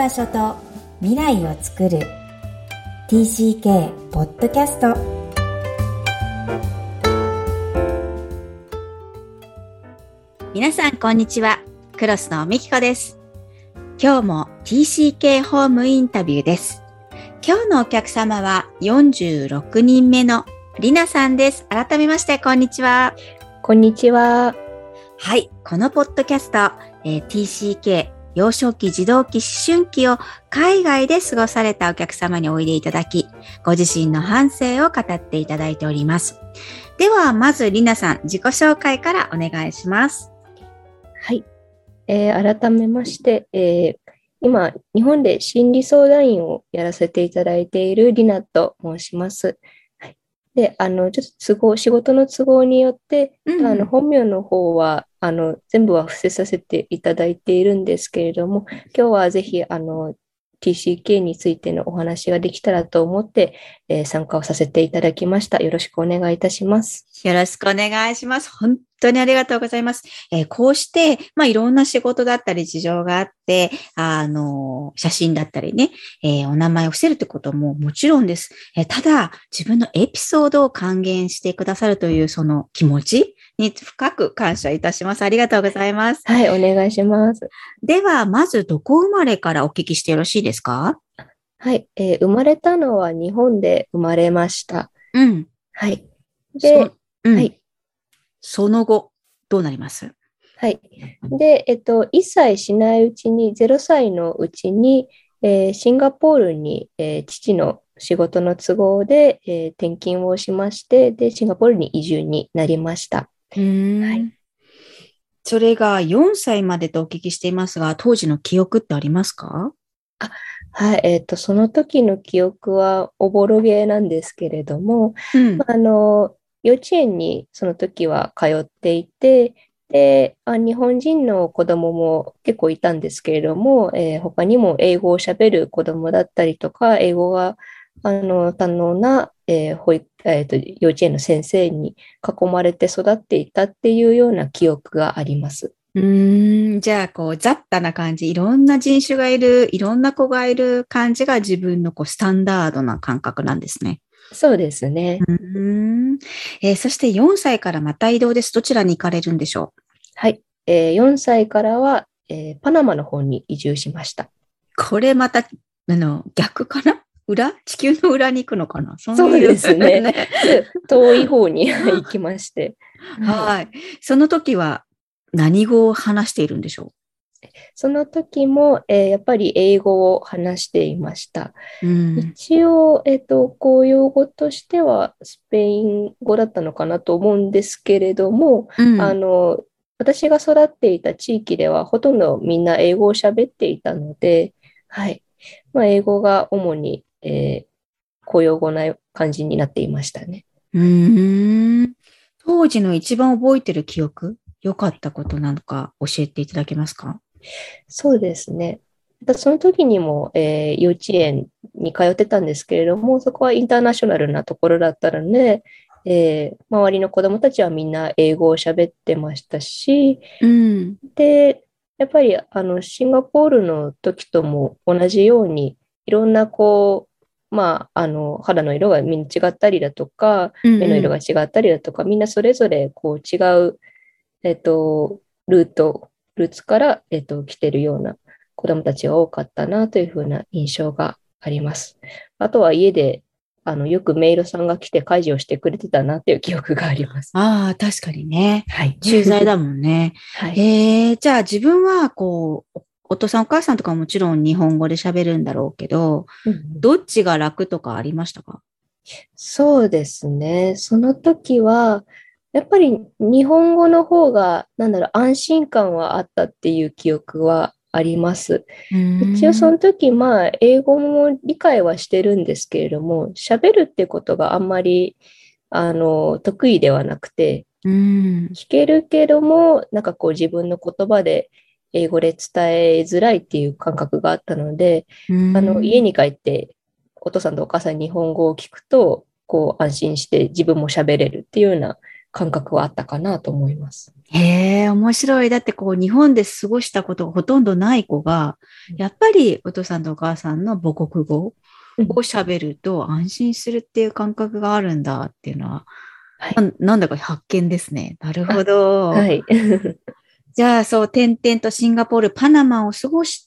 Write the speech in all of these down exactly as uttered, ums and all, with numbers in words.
場所と未来をつくる ティーシーケー ポッドキャスト。皆さんこんにちは、クロスのみきこです。今日も ティーシーケー ホームインタビューです。今日のお客様はよんじゅうろくにんめのりなさんです。改めましてこんにちは。 こんにちは。 はい、このポッドキャスト、えー、ティーシーケー幼少期、児童期、思春期を海外で過ごされたお客様においでいただき、ご自身の半生を語っていただいております。ではまずりなさん、自己紹介からお願いします。 はい、えー、改めまして、えー、今日本で心理相談員をやらせていただいているりなと申します。はい、で、あのちょっと都合仕事の都合によって、うん、あの本名の方はあの全部は伏せさせていただいているんですけれども、今日はぜひあの ティーシーケー についてのお話ができたらと思って、えー、参加をさせていただきました。よろしくお願いいたします。 よろしくお願いします。本当にありがとうございます。えー、こうして、まあ、いろんな仕事だったり事情があって、あの、写真だったりね、えー、お名前を伏せるってことももちろんです。えー、ただ、自分のエピソードを還元してくださるというその気持ちに深く感謝いたします。ありがとうございます。 はい、お願いします。 では、まずどこ生まれからお聞きしてよろしいですか？ はい、えー、生まれたのは日本で生まれました。 うん。 はい。で、 うん、 はい。 その後、どうなります？ はい。で、えっと、いっさいしないうちに、ゼロさいのうちに、えー、シンガポールに、えー、父の仕事の都合で、えー、転勤をしまして、で、シンガポールに移住になりました。 うーん、はい。それがよんさいまでとお聞きしていますが、当時の記憶ってありますか？ あ、はい、えっと、その時の記憶はおぼろげなんですけれども、うん、あの、幼稚園にその時は通っていて、で、あ、日本人の子供も結構いたんですけれども、えー、他にも英語を喋る子供だったりとか、英語があの堪能な、えー保育えーと、幼稚園の先生に囲まれて育っていたっていうような記憶があります。 うーん、じゃあ、こう、雑多な感じ、いろんな人種がいる、いろんな子がいる感じが自分のこうスタンダードな感覚なんですね。 そうですね。 うーん、えー、そしてよんさいからまた移動です。どちらに行かれるんでしょう？ はい。えー、よんさいからは、えー、パナマの方に移住しました。 これまた、あの、逆かな？裏？地球の裏に行くのかな？ そういうそうですね。ね遠い方に行きまして。 はい。その時は何語を話しているんでしょう？ その時も、えー、やっぱり英語を話していました。うん、一応、えっと、公用語としてはスペイン語だったのかなと思うんですけれども、うん、あの、私が育っていた地域ではほとんどみんな英語を喋っていたので、はい。まあ、英語が主に、えー、公用語な感じになっていましたね。 うーん。当時の一番覚えてる記憶、良かったことなのか教えていただけますか？ そうですね。その時にも、えー、幼稚園に通ってたんですけれども、そこはインターナショナルなところだったので、えー、周りの子どもたちはみんな英語を喋ってましたし、うん、で、やっぱりあのシンガポールの時とも同じように、いろんなこう、まあ、あの肌の色がみんな違ったりだとか、目の色が違ったりだとか、うんうん、みんなそれぞれこう違う、えっと、ルート、ルーツから、えっと、来てるような子どもたちが多かったなというふうな印象があります。あとは家であのよくメイドさんが来て家事をしてくれてたなという記憶があります。 ああ、確かにね。 はい。 駐在だもんね。 はい、 えー、じゃあ自分はこう、お父さんお母さんとかもちろん日本語で喋るんだろうけど、うん、どっちが楽とかありましたか？ そうですね。その時は、やっぱり日本語の方が、なんだろう、安心感はあったっていう記憶はあります。一応その時、まあ、英語も理解はしてるんですけれども、喋るってことがあんまり、あの、得意ではなくて、聞けるけども、なんかこう自分の言葉で英語で伝えづらいっていう感覚があったので、あの、家に帰ってお父さんとお母さんに日本語を聞くと、こう安心して自分も喋れるっていうような感覚はあったかなと思います。 へえ、面白い。だってこう、日本で過ごしたことがほとんどない子が、やっぱりお父さんとお母さんの母国語うん、 を喋ると安心するっていう感覚があるんだっていうのは、 はい。 ななんだか発見ですね。なるほあ、 ど。 はい。 じゃあ、そう、点々とシンガポール、パナマを過ごして、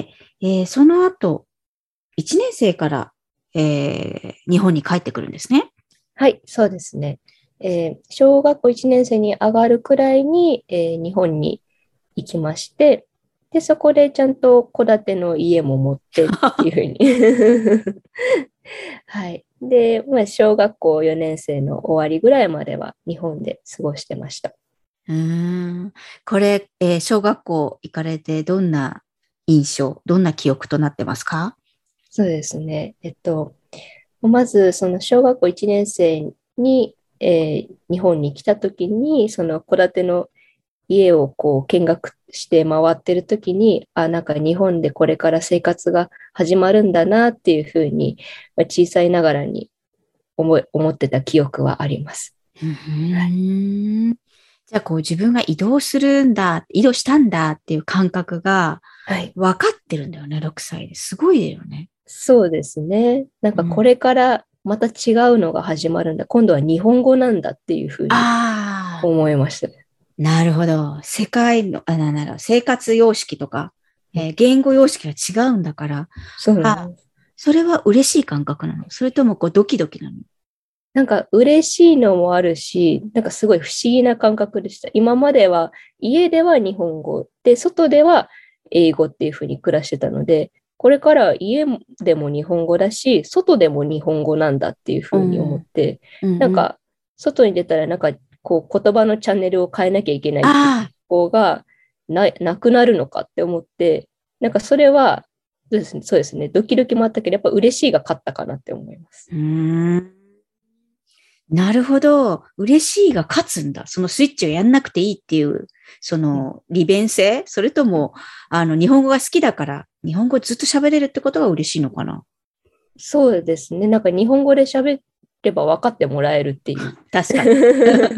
えーその後、いちねん生から、えー日本に帰ってくるんですね。 はい、そうですね。えー小学校いちねん生に上がるくらいに、えー日本に行きまして、で、そこでちゃんと戸建ての家も持ってっていうふうにはい。で、まあ、小学校よねん生の終わりぐらいまでは日本で過ごしてました。 うーん。これ、えー小学校行かれてどんな印象、どんな記憶となってますか？ そうですね。えっと、まず、その小学校いちねん生に、えー日本に来た時に、その戸建ての家をこう見学して回ってる時に、あ、なんか日本でこれから生活が始まるんだなっていうふうに、まあ小さいながらに思い思ってた記憶はあります。 うはい。 ーん。じゃあ、こう自分が移動するんだ、移動したんだっていう感覚がはい。 分かってるんだよね、ろくさいで。すごいよね。 そうですね。なんかこうん。 れからまた違うのが始まるんだ。今度は日本語なんだっていうふうにああ、 思いましたね。 なるほど。世界の、あ、なんだろう、生活様式とか、 うん、 えー言語様式が違うんだから、 そうなんあ、 です。 それは嬉しい感覚なの？それともこうドキドキなの？ なんか嬉しいのもあるし、なんかすごい不思議な感覚でした。今までは家では日本語で、外では英語っていうふうに暮らしてたので、これから家でも日本語だし、外でも日本語なんだっていうふうに思っうん。 て、 うんうん。 なんか外に出たらなんかこう言葉のチャンネルを変えなきゃいけないっていうああ、 方がな、なくなるのかって思って、なんかそれは、そうですね、そうですね、ドキドキもあったけど、やっぱ嬉しいが勝ったかなって思います。 うーん。なるほど。嬉しいが勝つんだ。そのスイッチをやんなくていいっていう、そうんの利便性、それとも、あの、日本語が好きだから、日本語ずっと喋れるってことが嬉しいのかな？ そうですね。なんか日本語で喋れば分かってもらえるっていう確かに。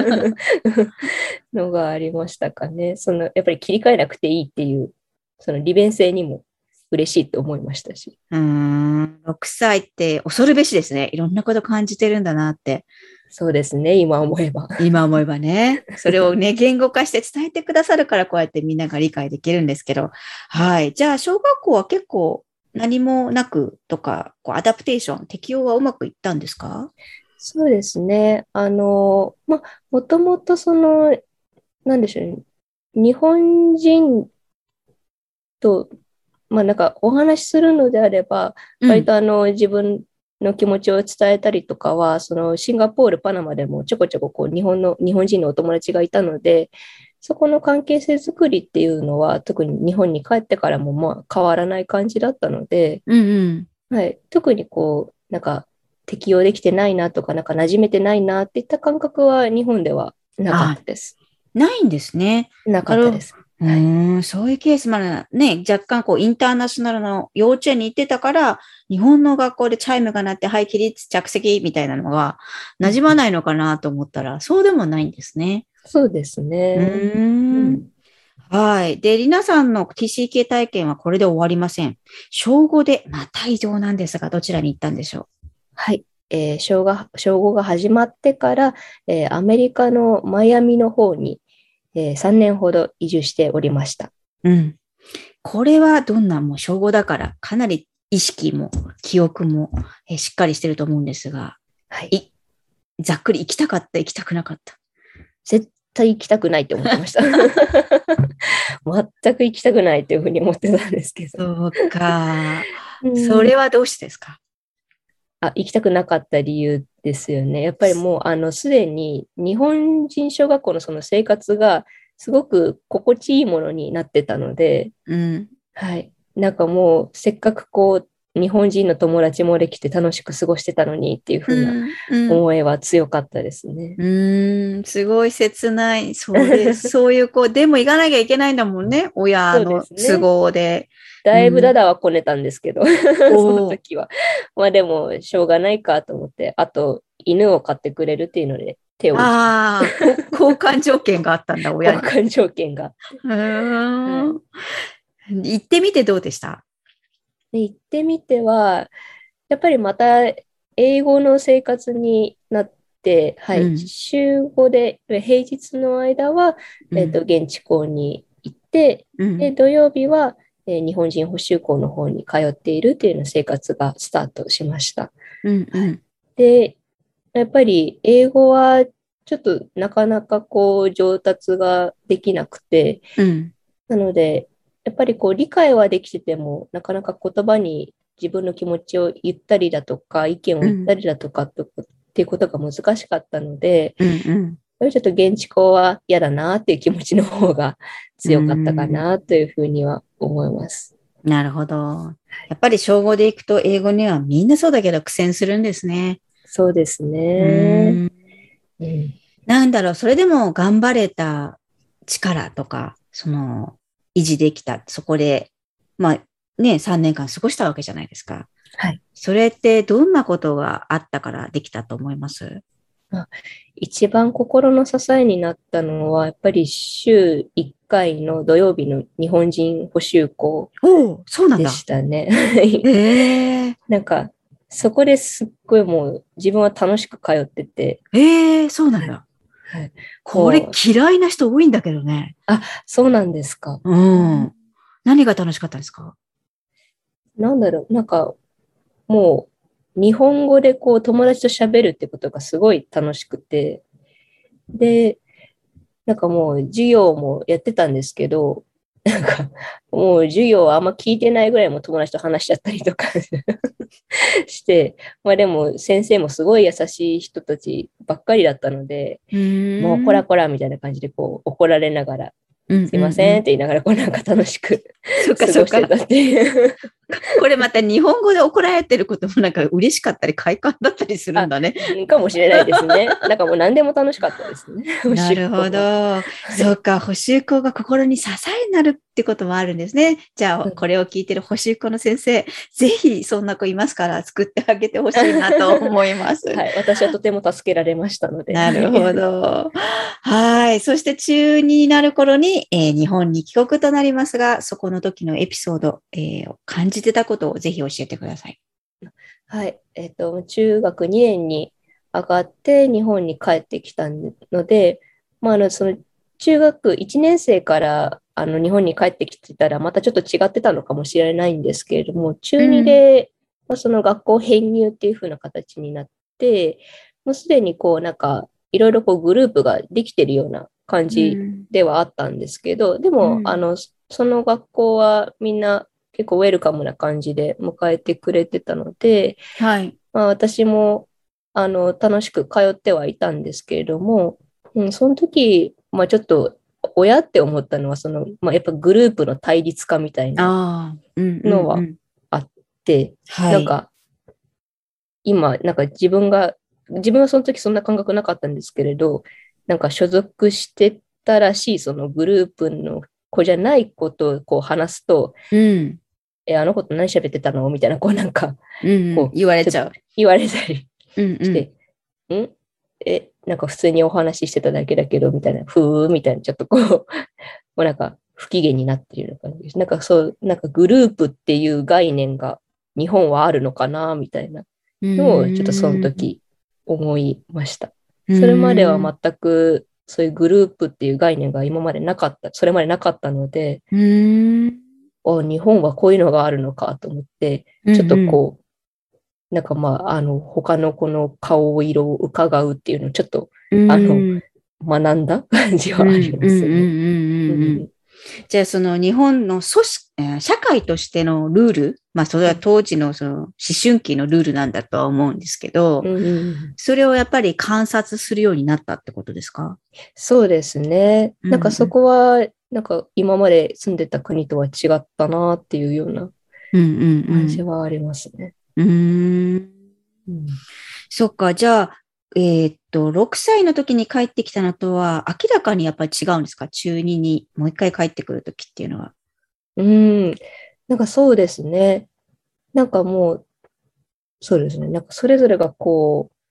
のがありましたかね。その、やっぱり切り替えなくていいっていう、その利便性にも嬉しいって思いましたし。 うーん。ろくさいって恐るべしですね。いろんなこと感じてるんだなって。 そうですね。今思えば。 今思えばね。それをね、言語化して伝えてくださるから、こうやってみんなが理解できるんですけど。はい。じゃあ、小学校は結構何もなくとか、こう、アダプテーション、適用はうまくいったんですか？ そうですね。あの、まあ、もともとその、なんでしょうね。日本人と、まあなんかお話しするのであれば、 うん。 割とあの自分の気持ちを伝えたりとかは、そのシンガポール、パナマでもちょこちょここう日本の、日本人のお友達がいたので、そこの関係性づくりっていうのは、特に日本に帰ってからもまあ変わらない感じだったので、 うんうん。 はい、特にこう、なんか適応できてないなとか、なんか馴染めてないなっていった感覚は日本ではなかっあ、 たです。 ないんですね。 なかなる、 ったです。 うはい。 ーん、そういうケースまでね、若干こう、インターナショナルの幼稚園に行ってたから、日本の学校でチャイムが鳴って、はい、起立、着席みたいなのが、馴染まないのかなと思ったら、そうでもないんですね。 そうですうね。うーん。 ん。 はい。で、りなさんの ティーシーケー 体験はこれで終わりません。小ごでまた移動なんですが、どちらに行ったんでしょはい。えー、小が、小ごが始まってから、えーアメリカのマイアミの方に、えーさんねんほど移住しておりました。 う？うん。これはどんな、もう小ごだから、かなり意識も記憶も、えーしっかりしてると思うんですが、 はい。 い、ざっくり行きたかった、行きたくなかった。 絶対行きたくないって思ってました。全く行きたくないっていうふうに思ってたんですけど。 そうか。 うん、 それはどうしてですか？ あ、行きたくなかった理由ですよね。やっぱりもう、あの、すでに日本人小学校のその生活がすごく心地いいものになってたので、 うん。 はい。なんかもう、せっかくこう、日本人の友達もできて楽しく過ごしてたのにっていう風なうん。うん。 思いは強かったですね。 うーん、すごい切ない。それ、そういう子、でも行かなきゃいけないんだもんね。親そうでの都すね。 合で。うだいぶダん。 ダはこねたんですけど、そのおー。 時は。まあでも、しょうがないかと思って、あと、犬を飼ってくれるっていうので、 手を打つ。 ああ、こ交換条件があったんだ、親に。 交換条件が。 うーん。 は行ってみてどうでした？ で行ってみては、やっぱりまた英語の生活になって、はい、 うん。 週ごで、平日の間は、えっと、 うん。 現地校に行って、で、 うん。 土曜日は、えー日本人補習校の方に通っているというような生活がスタートしました。 うん。うはい、 ん。 で、やっぱり英語はちょっとなかなかこう上達ができなくて、 うん。 なので、やっぱりこう理解はできてても、なかなか言葉に自分の気持ちを言ったりだとか、意見をうん。 言ったりだとかとっていうことが難しかったので、 うん。 ちょっと現地校は嫌だなっていう気持ちの方がう強かったかん。 なというふうには思います。 なるほど。やっぱり小語で行くと英語にはみんなそうだけど苦戦するんですね。 そうですうね。 ん。 うん、 なんだろう、それでも頑張れた力とか、その、維持できた、そこで、まあね、さんねんかん過ごしたわけじゃないですか。 はい。 それってどんなことがあったからできたと思います？ まあ、一番心の支えになったのは、やっぱり週いっかいの土曜日の日本人補習校おお、そうなんでだ。 したね。 ええなんか、そこですっごいもう自分は楽しく通ってて、 ええそうなんだ。 はい、 これもう、 嫌いな人多いんだけどね。 あ、そうなんですか。 うん。何が楽しかったですか？ なんだろう、なんか、もう、日本語でこう友達と喋るってことがすごい楽しくて、で、なんかもう授業もやってたんですけど、なんかもう授業あんま聞いてないぐらいも友達と話しちゃったりとかして、まあでも先生もすごい優しい人たちばっかりだったので、 うーん。 もうこらこらみたいな感じでこう怒られながら、 うんすいまうんうん。 せんって言いながらこうなんか楽しくそっか過そっか。 ごしてたっていうこれまた日本語で怒られてることもなんか嬉しかったり快感だったりするんあ、 だね。 かもしれないですね。なんかもう何でも楽しかったですね。 なるほ出向は。 ど。 はい。 そうか、補習校が心に支えになるってこともあるんですね。じゃあ、これを聞いてる補習校の先生、ぜひそんな子いますから作ってあげてほしいなと思います。 はい。私はとても助けられましたので。 なるほはい。 ど。はい。そして中にになる頃に、えー日本に帰国となりますが、そこの時のエピソード、えー感じてたことをぜひ教えてください。 はい。えっと、中学にねんに上がって日本に帰ってきたので、まあ、あの、その中学いちねん生からあの日本に帰ってきてたらまたちょっと違ってたのかもしれないんですけれども、中にうん。 で、まあ、その学校編入っていう風な形になって、もうすでにこうなんかいろいろこうグループができてるような感じうん。 ではあったんですけど、でも、あうん。 の、その学校はみんな結構ウェルカムな感じで迎えてくれてたので、 はい。 まあ、私もあの楽しく通ってはいたんですけれども、うん、その時、まあ、ちょっと親って思ったのはその、まあ、やっぱグループの対立化みたいなああ、うんうのはんうん。 あって、 はい。 なんか今、なんか自分が、自分はその時そんな感覚なかったんですけれど、なんか所属してたらしいそのグループの子じゃないことをこう話すと、 うん。 え、あの子と何喋ってたのみたいな、こうなんか、 うんうん。 こう、ちょっと言われちゃう。 言われたりうんうん。 して、んえ、なんか普通にお話ししてただけだけど、みたいな、ふーみたいな、ちょっとこう、もうなんか不機嫌になっているような感じです。なんかそう、なんかグループっていう概念が日本はあるのかな、みたいなうのをちょっとそのーん。 時思いました。 うそれまではーん。 全くそういうグループっていう概念が今までなかった、それまでなかったので、 うーん。 お、日本はこういうのがあるのかと思って、ちょっうんうん。 とこう、なんかまあ、あの、他の子の顔色を伺うっていうのをちょっと、 うあの、 ーん。 学んだ感じうん、 はありうん、うん、うん、 ますね。ううん。 ん。 じゃあ、その日本の組織、えー社会としてのルール、まあ、それはうん。 当時のその思春期のルールなんだとは思うんですけど、 うん。 それをやっぱり観察するようになったってことですか？ そうですね。 うん、 なんかそこは、なんか今まで住んでた国とは違ったなっていうようなうん、うん、う感じん。 はありますね。 うん。うーん。 うん。 そっか、じゃあ、えーっと、ろくさいの時に帰ってきたのとは明らかにやっぱり違うんですか？中ににもう一回帰ってくる時っていうのは。 うん。なんかそうですね。なんかもう、そうですね。なんかそれぞれがこう、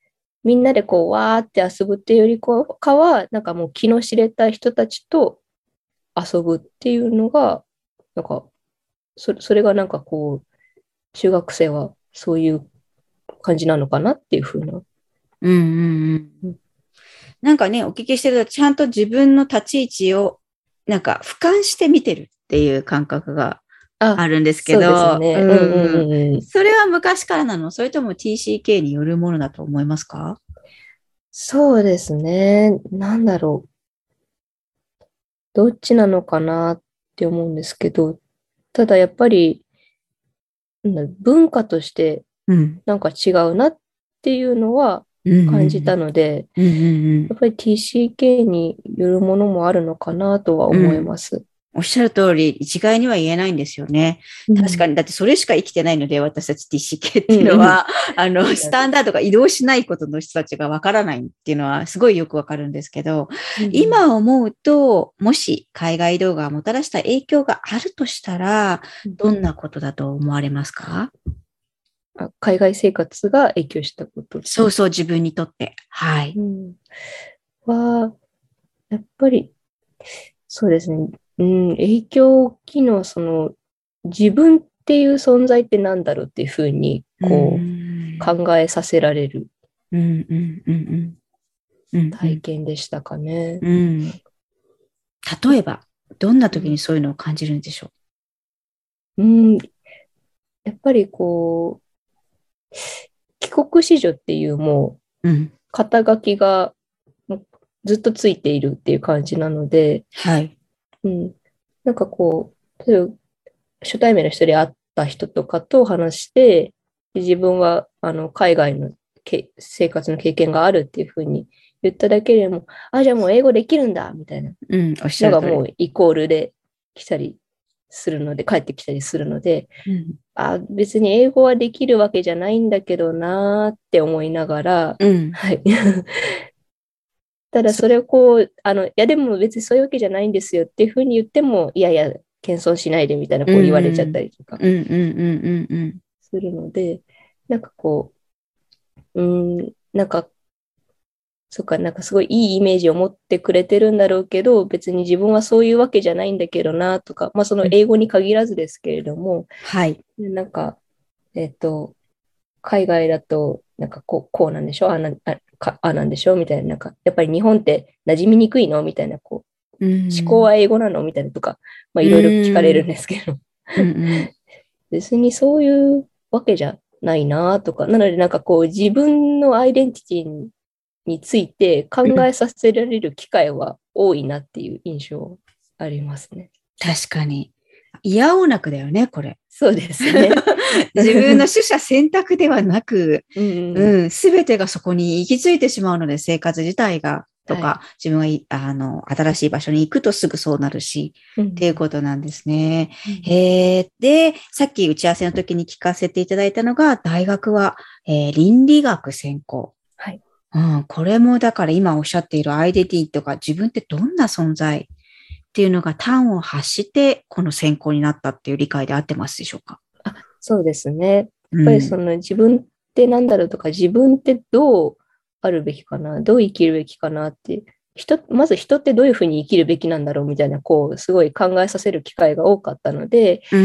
みんなでこう、わーって遊ぶっていうよりかは、なんかもう気の知れた人たちと遊ぶっていうのが、なんか、それ、それがなんかこう、中学生はそういう感じなのかなっていうふうな。 うんうんうん。なんかね、お聞きしてると、ちゃんと自分の立ち位置を、なんか俯瞰して見てるっていう感覚があ、 あるんですけそうですど、うね。うんうんんうん。 うんうん。 それは昔からなの？それとも ティーシーケー によるものだと思いますか？ そうですね。なんだろう。どっちなのかなって思うんですけど、ただやっぱり、なんだ文化としてうん。 なんか違うなっていうのはうんうん感じたので、 うん。うんうんやっぱり ティーシーケー によるものもあるのかなとはうん。 思うん。 います。 おっしゃる通り、一概には言えないんですよね。 うん。 確かに、だってそれしか生きてないので、私たち ティーシーケー っうんうん。 ていうのは、あの、 そうスなんです。 タンダードが移動しないことの人たちがわからないっていうのは、すごいよくわかるんですけど、 うん。 今思うと、もし海外動画がもたらした影響があるとしたら、 うんどんなことだと思われますか？ あ、海外生活が影響したことです。 そうそう、自分にとって。はい。 うん。は、やっぱり、そうですね。うん、影響大きいのは、その、自分っていう存在ってなんだろうっていうふうに、 うこう、 ん。 考えさせられるうん、うん、うん、うん、う体ん、 験でしたかね。 うん。例えば、どんなうん、 時にそういうのを感じるんでしょうん、やっぱりこう、帰国子女っていうもう、 う？うん。 肩書きがもうずっとついているっていう感じなので、 はい。 うん、なんかこう、例えば初対面の人で会った人とかと話して、自分はあの海外のけ生活の経験があるっていうふうに言っただけでも、あ、じゃあもう英語できるんだみたいなうん、おっしゃのがる通り。 もうイコールで来たりするので、帰ってきたりするので、 うん。 あ、別に英語はできるわけじゃないんだけどなーって思いながら、 うん。 はい。ただそそれをこう、あの、いやでも別にそういうわけじゃないんですよっていうふうに言っても、いやいや、謙遜しないでみたいなうこう言われちゃっん、 たりとかうん、うん、うん、うん、うん。 するので、なんかこう、うん、なんか、そっか、なんかすごいいいイメージを持ってくれてるんだろうけど、別に自分はそういうわけじゃないんだけどなとか、まあそのうん。 英語に限らずですけれども、 はい。 なんか、えっと、海外だと、なんかこう、こうなんでしょあな、あ、か、あなんでしょみたいな、なんか、やっぱり日本って馴染みにくいのみたいな、こう、 う思考ん。 は英語なのみたいなとか、まあういろいろ聞かれるんん。 ですけど、 うん、うん。 別にそういうわけじゃないなとか、なのでなんかこう、自分のアイデンティティについて考えうん。 させられる機会は多いなっていう印象ありますね。 確かに。いやおなくだよね、これ。 そうですね。 自分の取捨選択ではなく、 うんうん。 うん、すべてがそこに行き着いてしまうので、生活自体が、とか、 はい。 自分がいあの、新しい場所に行くとすぐそうなるし、っていううんことなんですね。 うん。 えー、で、さっき打ち合わせの時に聞かせていただいたのが、大学は、えー倫理学専攻。 はい。 うん、これもだから今おっしゃっているアイデンティティとか自分ってどんな存在っていうのが端を発してこの専攻になったっていう理解で合ってますでしょうか？ あ、そうですね。やっぱりそうん。 の自分ってなんだろうとか、自分ってどうあるべきかな、どう生きるべきかなって、人、まず人ってどういうふうに生きるべきなんだろうみたいな、こう、すごい考えさせる機会が多かったので、 うん。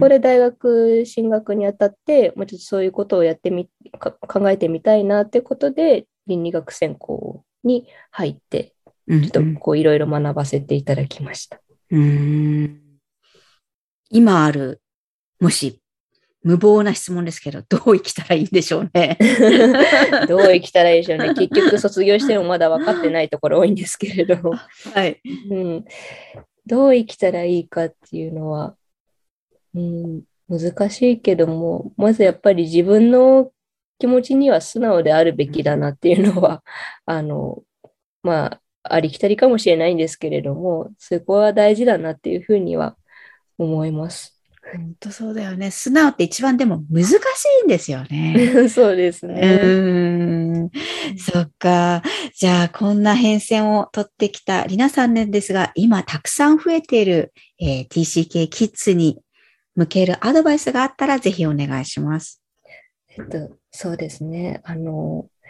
そこで大学進学にあたって、もうちょっとそういうことをやってみ、か考えてみたいなってことで、倫理学専攻に入って、 うん。 ちょっとうん。 こういろいろ学ばせていただきました。 うん。今ある、もし無謀な質問ですけど、どう生きたらいいんでしょうね。 どう生きたらいいでしょうね。結局卒業してもまだ分かってないところ多いんですけれど、 はい。 うん、どう生きたらいいかっていうのは、うん、難しいけども、まずやっぱり自分の気持ちには素直であるべきだなっていうのは、あの、まあ、ありきたりかもしれないんですけれども、そこは大事だなっていうふうには思います。 本当そうだよね。素直って一番でも難しいんですよね。 そうですうね。 ーん。そっか。じゃあ、こんな変遷を取ってきたりなさんなんですが、今たくさん増えている、えー ティーシーケー キッズに向けるアドバイスがあったらぜひお願いします。 えっと、そうですね。あの、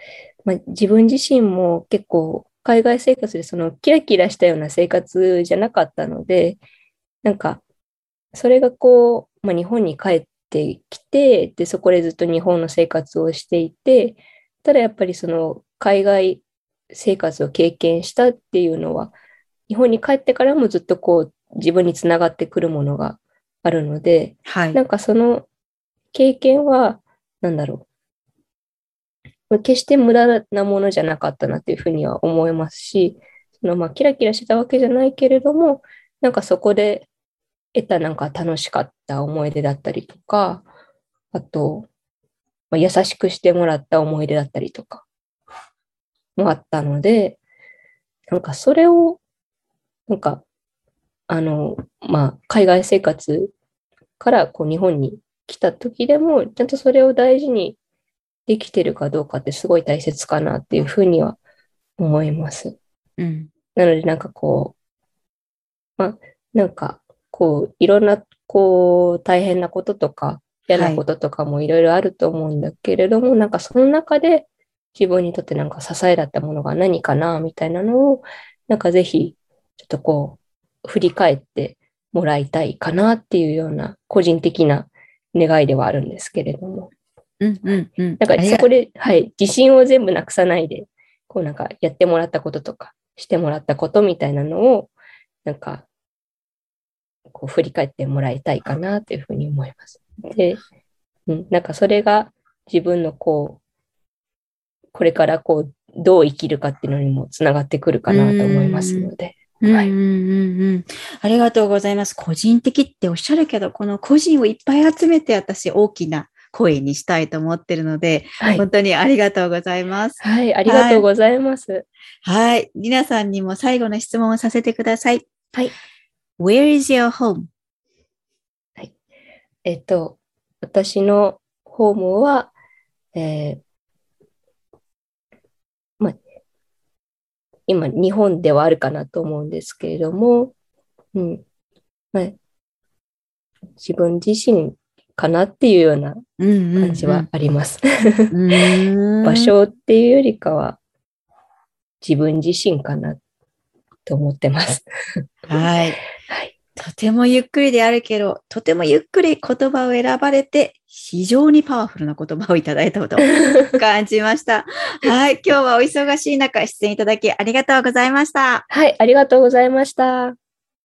まあ、自分自身も結構海外生活でそのキラキラしたような生活じゃなかったので、なんかそれがこう、まあ、日本に帰ってきて、で、そこでずっと日本の生活をしていて、ただやっぱりその海外生活を経験したっていうのは、日本に帰ってからもずっとこう自分につながってくるものがあるので、 はい。 なんかその経験は、なんだろう、決して無駄なものじゃなかったなっていうふうには思いますし、そのまあキラキラしてたわけじゃないけれども、なんかそこで得たなんか楽しかった思い出だったりとか、あと、まあ、優しくしてもらった思い出だったりとかもあったので、なんかそれを、なんか、あの、まあ、海外生活からこう日本に来た時でも、ちゃんとそれを大事にできてるかどうかってすごい大切かなっていうふうには思います。 うん。 なのでなんかこう、まあ、なんかこう、いろんなこう、大変なこととか、嫌なこととかもいろいろあると思うんだけれども、はい、なんかその中で自分にとってなんか支えだったものが何かな、みたいなのを、なんかぜひ、ちょっとこう、振り返ってもらいたいかなっていうような、個人的な願いではあるんですけれども。 うんうんうん。 なんかそこで、はい、自信を全部なくさないで、こうなんかやってもらったこととか、してもらったことみたいなのを、なんか、こう振り返ってもらいたいかなというふうに思います。で、うん、なんかそれが自分のこう、これからこう、どう生きるかっていうのにもつながってくるかなと思いますので。 うんうんうんうん、ありがとうございます。個人的っておっしゃるけど、この個人をいっぱい集めて私大きな声にしたいと思ってるので、はい、本当にありがとうございます。 はい、ありがとうございます。 はい。りなさんにも最後の質問をさせてください。 はい。 Where is your home? はい。えっと、私のホームは、えー、まあ、今、日本ではあるかなと思うんですけれども、うん。まあ、自分自身かなっていうような感じはあります。場所っていうよりかは、自分自身かなと思ってます。 はい。はい。とてもゆっくりであるけど、とてもゆっくり言葉を選ばれて、非常にパワフルな言葉をいただいたと感じました。はい。今日はお忙しい中、出演いただきありがとうございました。 はい。ありがとうございました。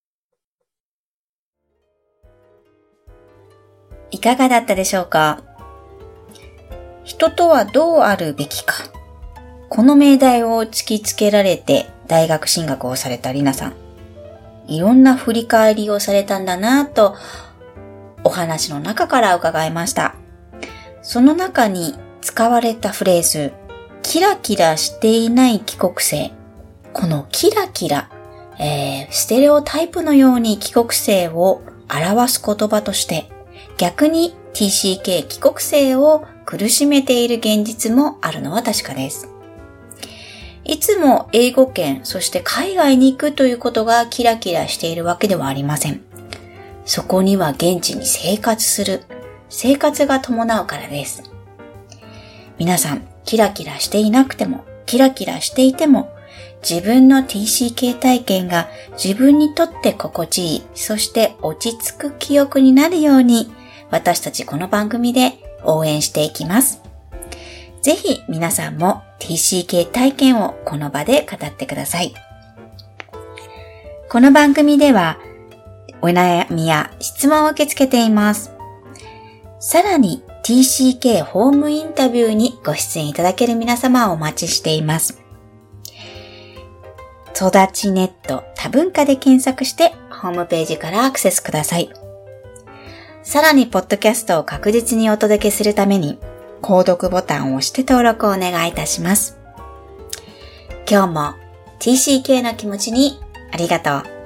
いかがだったでしょうか？人とはどうあるべきか。この命題を突きつけられて大学進学をされたりなさん。いろんな振り返りをされたんだなぁとお話の中から伺いました。その中に使われたフレーズ、キラキラしていない帰国生。このキラキラ、えー、ステレオタイプのように帰国生を表す言葉として、逆に ティーシーケー 帰国生を苦しめている現実もあるのは確かです。いつも英語圏、そして海外に行くということがキラキラしているわけではありません。そこには現地に生活する、生活が伴うからです。皆さん、キラキラしていなくても、キラキラしていても、自分の ティーシーケー 体験が自分にとって心地いい、そして落ち着く記憶になるように、私たちこの番組で応援していきます。ぜひ皆さんも ティーシーケー 体験をこの場で語ってください。この番組ではお悩みや質問を受け付けています。さらに ティーシーケー ホームインタビューにご出演いただける皆様をお待ちしています。育ちネット多文化で検索してホームページからアクセスください。さらにポッドキャストを確実にお届けするために購読ボタンを押して登録をお願いいたします。今日も ティーシーケー の気持ちにありがとう。